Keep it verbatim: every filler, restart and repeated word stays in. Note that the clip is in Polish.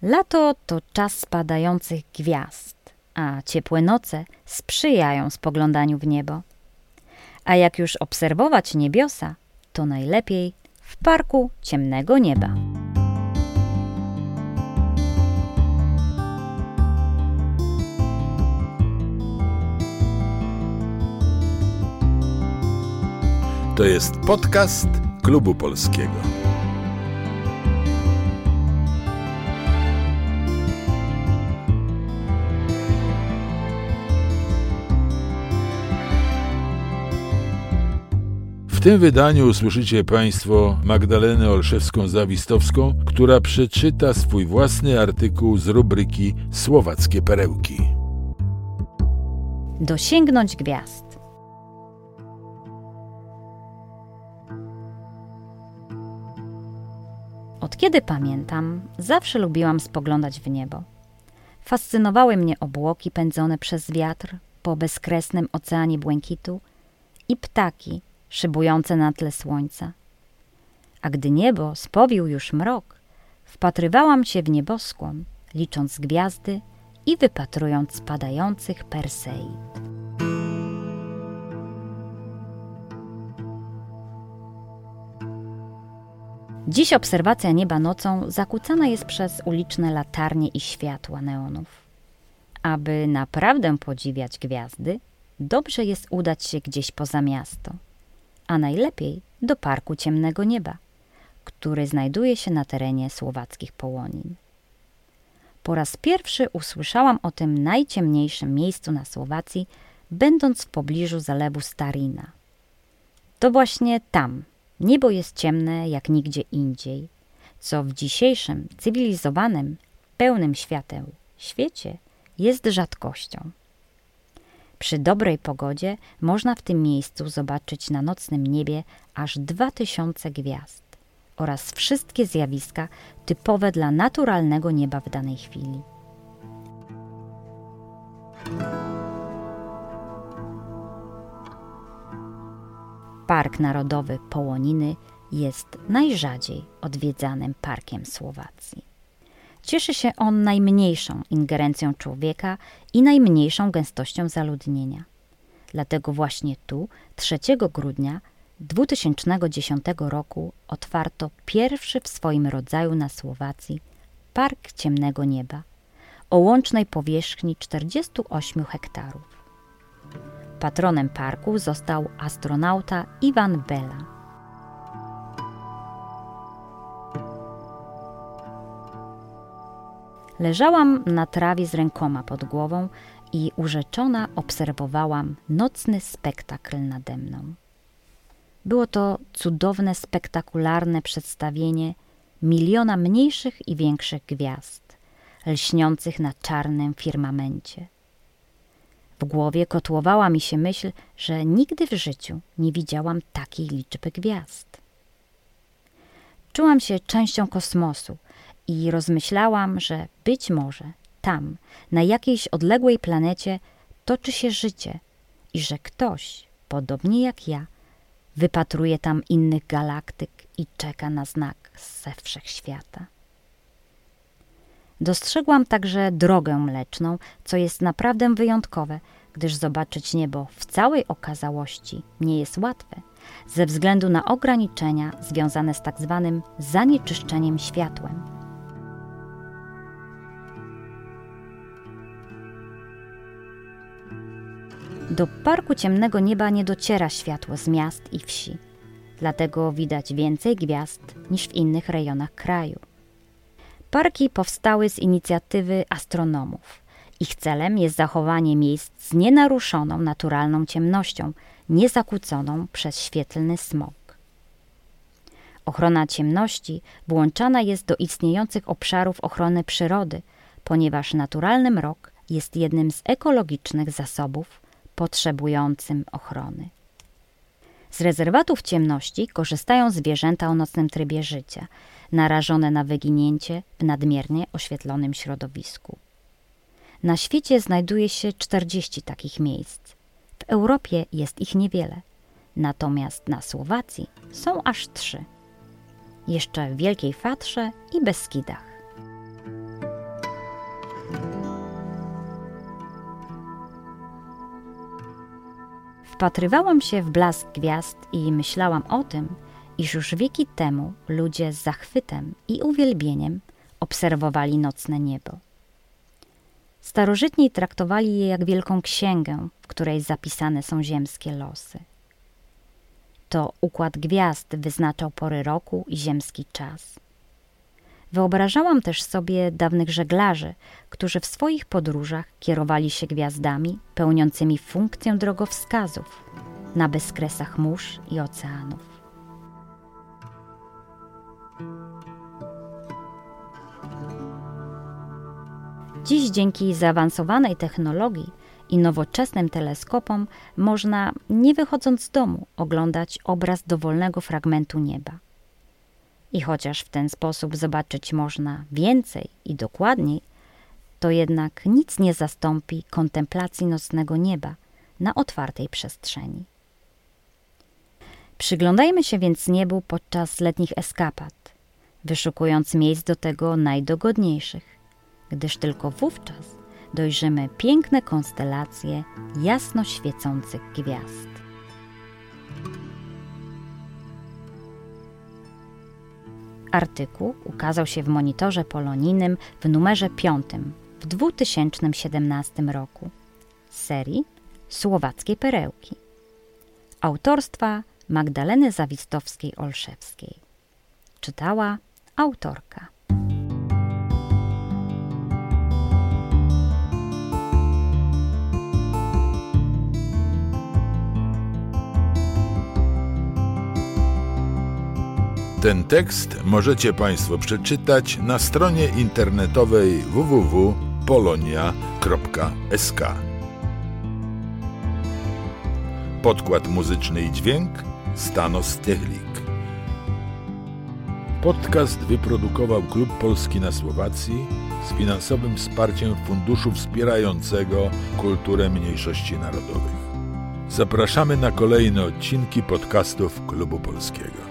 Lato to czas spadających gwiazd, a ciepłe noce sprzyjają spoglądaniu w niebo. A jak już obserwować niebiosa, to najlepiej w parku ciemnego nieba. To jest podcast Klubu Polskiego. W tym wydaniu usłyszycie Państwo Magdalenę Olszewską-Zawistowską, która przeczyta swój własny artykuł z rubryki Słowackie perełki. Dosięgnąć gwiazd. Od kiedy pamiętam, zawsze lubiłam spoglądać w niebo. Fascynowały mnie obłoki pędzone przez wiatr po bezkresnym oceanie błękitu i ptaki szybujące na tle słońca. A gdy niebo spowił już mrok, wpatrywałam się w nieboskłon, licząc gwiazdy i wypatrując spadających Perseid. Dziś obserwacja nieba nocą zakłócana jest przez uliczne latarnie i światła neonów. Aby naprawdę podziwiać gwiazdy, dobrze jest udać się gdzieś poza miasto, a najlepiej do Parku Ciemnego Nieba, który znajduje się na terenie słowackich Połonin. Po raz pierwszy usłyszałam o tym najciemniejszym miejscu na Słowacji, będąc w pobliżu zalewu Starina. To właśnie tam niebo jest ciemne jak nigdzie indziej, co w dzisiejszym, cywilizowanym, pełnym świateł świecie jest rzadkością. Przy dobrej pogodzie można w tym miejscu zobaczyć na nocnym niebie aż dwa tysiące gwiazd oraz wszystkie zjawiska typowe dla naturalnego nieba w danej chwili. Park Narodowy Połoniny jest najrzadziej odwiedzanym parkiem Słowacji. Cieszy się on najmniejszą ingerencją człowieka i najmniejszą gęstością zaludnienia. Dlatego właśnie tu trzeciego grudnia dwa tysiące dziesiątego roku otwarto pierwszy w swoim rodzaju na Słowacji Park Ciemnego Nieba o łącznej powierzchni czterdziestu ośmiu hektarów. Patronem parku został astronauta Iwan Bela. Leżałam na trawie z rękoma pod głową i urzeczona obserwowałam nocny spektakl nade mną. Było to cudowne, spektakularne przedstawienie miliona mniejszych i większych gwiazd, lśniących na czarnym firmamencie. W głowie kotłowała mi się myśl, że nigdy w życiu nie widziałam takiej liczby gwiazd. Czułam się częścią kosmosu i rozmyślałam, że być może tam, na jakiejś odległej planecie, toczy się życie i że ktoś, podobnie jak ja, wypatruje tam innych galaktyk i czeka na znak ze wszechświata. Dostrzegłam także drogę mleczną, co jest naprawdę wyjątkowe, gdyż zobaczyć niebo w całej okazałości nie jest łatwe, ze względu na ograniczenia związane z tak zwanym zanieczyszczeniem światłem. Do Parku Ciemnego Nieba nie dociera światło z miast i wsi, dlatego widać więcej gwiazd niż w innych rejonach kraju. Parki powstały z inicjatywy astronomów. Ich celem jest zachowanie miejsc z nienaruszoną naturalną ciemnością, niezakłóconą przez świetlny smog. Ochrona ciemności włączana jest do istniejących obszarów ochrony przyrody, ponieważ naturalny mrok jest jednym z ekologicznych zasobów potrzebującym ochrony. Z rezerwatów ciemności korzystają zwierzęta o nocnym trybie życia, narażone na wyginięcie w nadmiernie oświetlonym środowisku. Na świecie znajduje się czterdzieści takich miejsc. W Europie jest ich niewiele, natomiast na Słowacji są aż trzy. Jeszcze w Wielkiej Fatrze i Beskidach. Wpatrywałam się w blask gwiazd i myślałam o tym, iż już wieki temu ludzie z zachwytem i uwielbieniem obserwowali nocne niebo. Starożytni traktowali je jak wielką księgę, w której zapisane są ziemskie losy. To układ gwiazd wyznaczał pory roku i ziemski czas. Wyobrażałam też sobie dawnych żeglarzy, którzy w swoich podróżach kierowali się gwiazdami pełniącymi funkcję drogowskazów na bezkresach mórz i oceanów. Dziś dzięki zaawansowanej technologii i nowoczesnym teleskopom można, nie wychodząc z domu, oglądać obraz dowolnego fragmentu nieba. I chociaż w ten sposób zobaczyć można więcej i dokładniej, to jednak nic nie zastąpi kontemplacji nocnego nieba na otwartej przestrzeni. Przyglądajmy się więc niebu podczas letnich eskapad, wyszukując miejsc do tego najdogodniejszych, gdyż tylko wówczas dojrzymy piękne konstelacje jasno świecących gwiazd. Artykuł ukazał się w Monitorze Polonijnym w numerze piątym w dwa tysiące siedemnastym roku z serii Słowackie Perełki autorstwa Magdaleny Zawistowskiej-Olszewskiej. Czytała autorka. Ten tekst możecie Państwo przeczytać na stronie internetowej w w w kropka polonia kropka s k. Podkład muzyczny i dźwięk Stanos Techlik. Podcast wyprodukował Klub Polski na Słowacji z finansowym wsparciem Funduszu Wspierającego Kulturę Mniejszości Narodowych. Zapraszamy na kolejne odcinki podcastów Klubu Polskiego.